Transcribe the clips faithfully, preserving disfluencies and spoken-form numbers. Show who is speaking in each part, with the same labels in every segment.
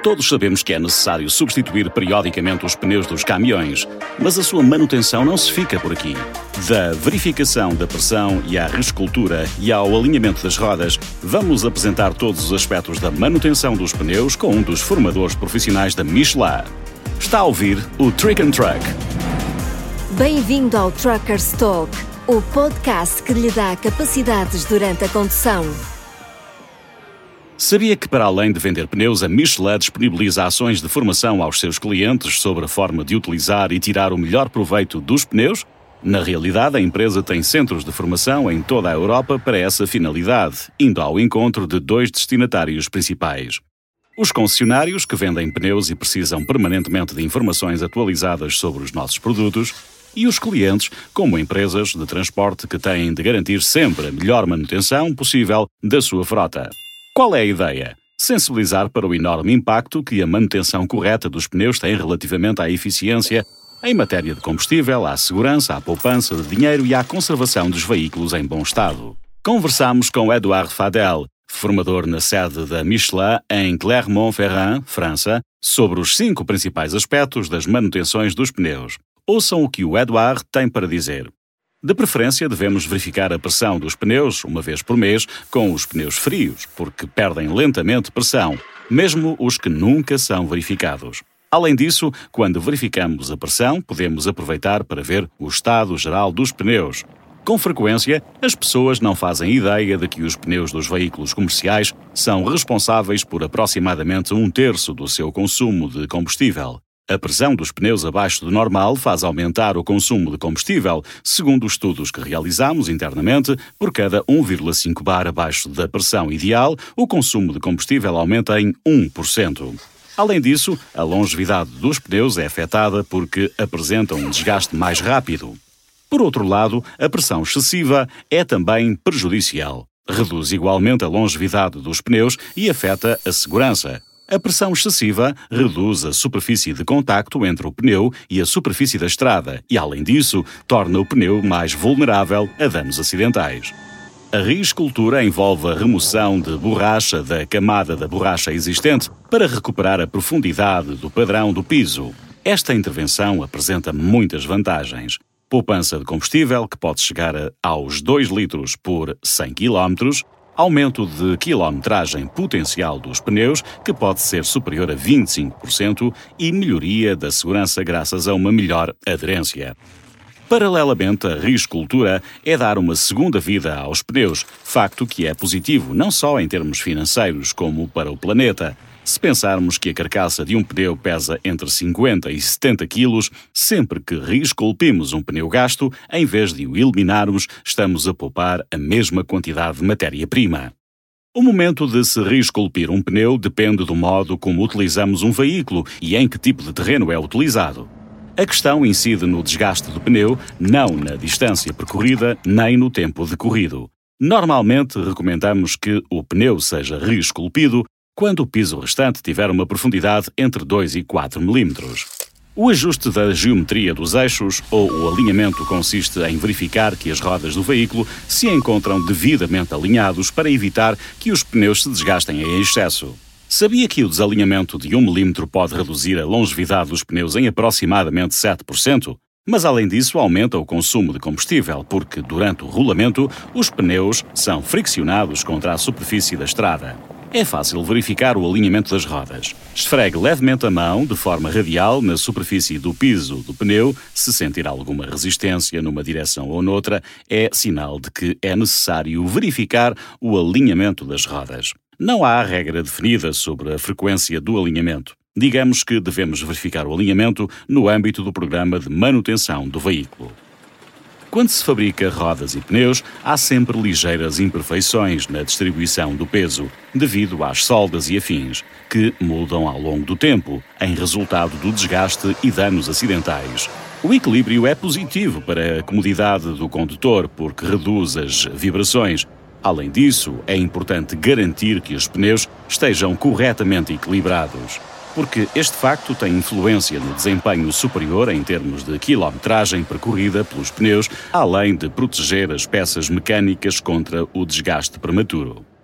Speaker 1: Todos sabemos que é necessário substituir periodicamente os pneus dos caminhões, mas a sua manutenção não se fica por aqui. Da verificação da pressão e à reescultura e ao alinhamento das rodas, vamos apresentar todos os aspectos da manutenção dos pneus com um dos formadores profissionais da Michelin. Está a ouvir o Trick and Truck.
Speaker 2: Bem-vindo ao Truckers Talk, o podcast que lhe dá capacidades durante a condução.
Speaker 1: Sabia que, para além de vender pneus, a Michelin disponibiliza ações de formação aos seus clientes sobre a forma de utilizar e tirar o melhor proveito dos pneus? Na realidade, a empresa tem centros de formação em toda a Europa para essa finalidade, indo ao encontro de dois destinatários principais. Os concessionários, que vendem pneus e precisam permanentemente de informações atualizadas sobre os nossos produtos, e os clientes, como empresas de transporte que têm de garantir sempre a melhor manutenção possível da sua frota. Qual é a ideia? Sensibilizar para o enorme impacto que a manutenção correta dos pneus tem relativamente à eficiência em matéria de combustível, à segurança, à poupança de dinheiro e à conservação dos veículos em bom estado. Conversamos com Edouard Fadel, formador na sede da Michelin em Clermont-Ferrand, França, sobre os cinco principais aspectos das manutenções dos pneus. Ouçam o que o Edouard tem para dizer. De preferência, devemos verificar a pressão dos pneus uma vez por mês com os pneus frios, porque perdem lentamente pressão, mesmo os que nunca são verificados. Além disso, quando verificamos a pressão, podemos aproveitar para ver o estado geral dos pneus. Com frequência, as pessoas não fazem ideia de que os pneus dos veículos comerciais são responsáveis por aproximadamente um terço do seu consumo de combustível. A pressão dos pneus abaixo do normal faz aumentar o consumo de combustível, segundo os estudos que realizamos internamente, por cada um vírgula cinco bar abaixo da pressão ideal, o consumo de combustível aumenta em um por cento. Além disso, a longevidade dos pneus é afetada porque apresentam um desgaste mais rápido. Por outro lado, a pressão excessiva é também prejudicial. Reduz igualmente a longevidade dos pneus e afeta a segurança. A pressão excessiva reduz a superfície de contacto entre o pneu e a superfície da estrada e, além disso, torna o pneu mais vulnerável a danos acidentais. A reescultura envolve a remoção de borracha da camada da borracha existente para recuperar a profundidade do padrão do piso. Esta intervenção apresenta muitas vantagens. Poupança de combustível, que pode chegar aos dois litros por cem quilómetros, aumento de quilometragem potencial dos pneus, que pode ser superior a vinte e cinco por cento, e melhoria da segurança graças a uma melhor aderência. Paralelamente, a reescultura é dar uma segunda vida aos pneus, facto que é positivo não só em termos financeiros como para o planeta. Se pensarmos que a carcaça de um pneu pesa entre cinquenta e setenta quilos, sempre que reesculpimos um pneu gasto, em vez de o eliminarmos, estamos a poupar a mesma quantidade de matéria-prima. O momento de se reesculpir um pneu depende do modo como utilizamos um veículo e em que tipo de terreno é utilizado. A questão incide no desgaste do pneu, não na distância percorrida nem no tempo decorrido. Normalmente recomendamos que o pneu seja reesculpido quando o piso restante tiver uma profundidade entre dois e quatro milímetros. O ajuste da geometria dos eixos ou o alinhamento consiste em verificar que as rodas do veículo se encontram devidamente alinhados para evitar que os pneus se desgastem em excesso. Sabia que o desalinhamento de um milímetro pode reduzir a longevidade dos pneus em aproximadamente sete por cento? Mas, além disso, aumenta o consumo de combustível, porque, durante o rolamento, os pneus são friccionados contra a superfície da estrada. É fácil verificar o alinhamento das rodas. Esfregue levemente a mão, de forma radial, na superfície do piso do pneu. Se sentir alguma resistência numa direção ou noutra, é sinal de que é necessário verificar o alinhamento das rodas. Não há regra definida sobre a frequência do alinhamento. Digamos que devemos verificar o alinhamento no âmbito do programa de manutenção do veículo. Quando se fabrica rodas e pneus, há sempre ligeiras imperfeições na distribuição do peso, devido às soldas e afins, que mudam ao longo do tempo, em resultado do desgaste e danos acidentais. O equilíbrio é positivo para a comodidade do condutor, porque reduz as vibrações. Além disso, é importante garantir que os pneus estejam corretamente equilibrados, porque este facto tem influência no desempenho superior em termos de quilometragem percorrida pelos pneus, além de proteger as peças mecânicas contra o desgaste prematuro.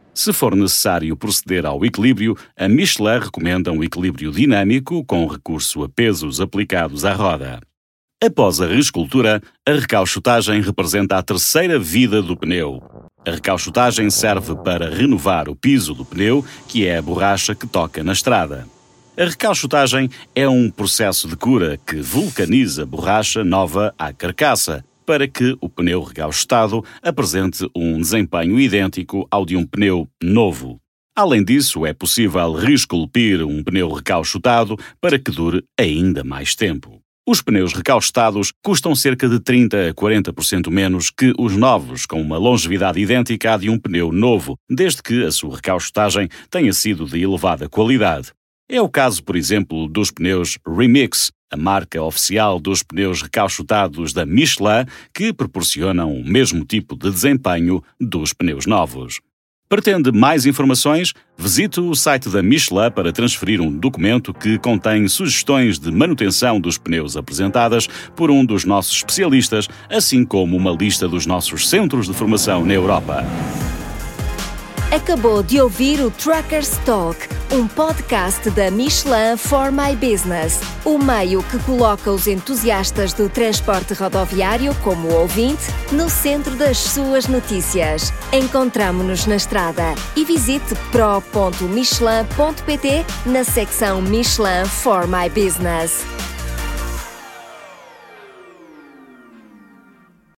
Speaker 1: Se for necessário proceder ao equilíbrio, a Michelin recomenda um equilíbrio dinâmico com recurso a pesos aplicados à roda. Após a reescultura, a recauchutagem representa a terceira vida do pneu. A recauchutagem serve para renovar o piso do pneu, que é a borracha que toca na estrada. A recauchutagem é um processo de cura que vulcaniza borracha nova à carcaça, para que o pneu recauchutado apresente um desempenho idêntico ao de um pneu novo. Além disso, é possível reesculpir um pneu recauchutado para que dure ainda mais tempo. Os pneus recauchutados custam cerca de trinta a quarenta por cento menos que os novos, com uma longevidade idêntica à de um pneu novo, desde que a sua recauchutagem tenha sido de elevada qualidade. É o caso, por exemplo, dos pneus Remix, a marca oficial dos pneus recauchutados da Michelin, que proporcionam o mesmo tipo de desempenho dos pneus novos. Pretende mais informações? Visite o site da Michelin para transferir um documento que contém sugestões de manutenção dos pneus apresentadas por um dos nossos especialistas, assim como uma lista dos nossos centros de formação na Europa.
Speaker 2: Acabou de ouvir o Truckers Talk, um podcast da Michelin for My Business, o meio que coloca os entusiastas do transporte rodoviário como ouvinte no centro das suas notícias. Encontramo-nos na estrada e visite pro ponto michelin ponto pt na secção Michelin for My Business.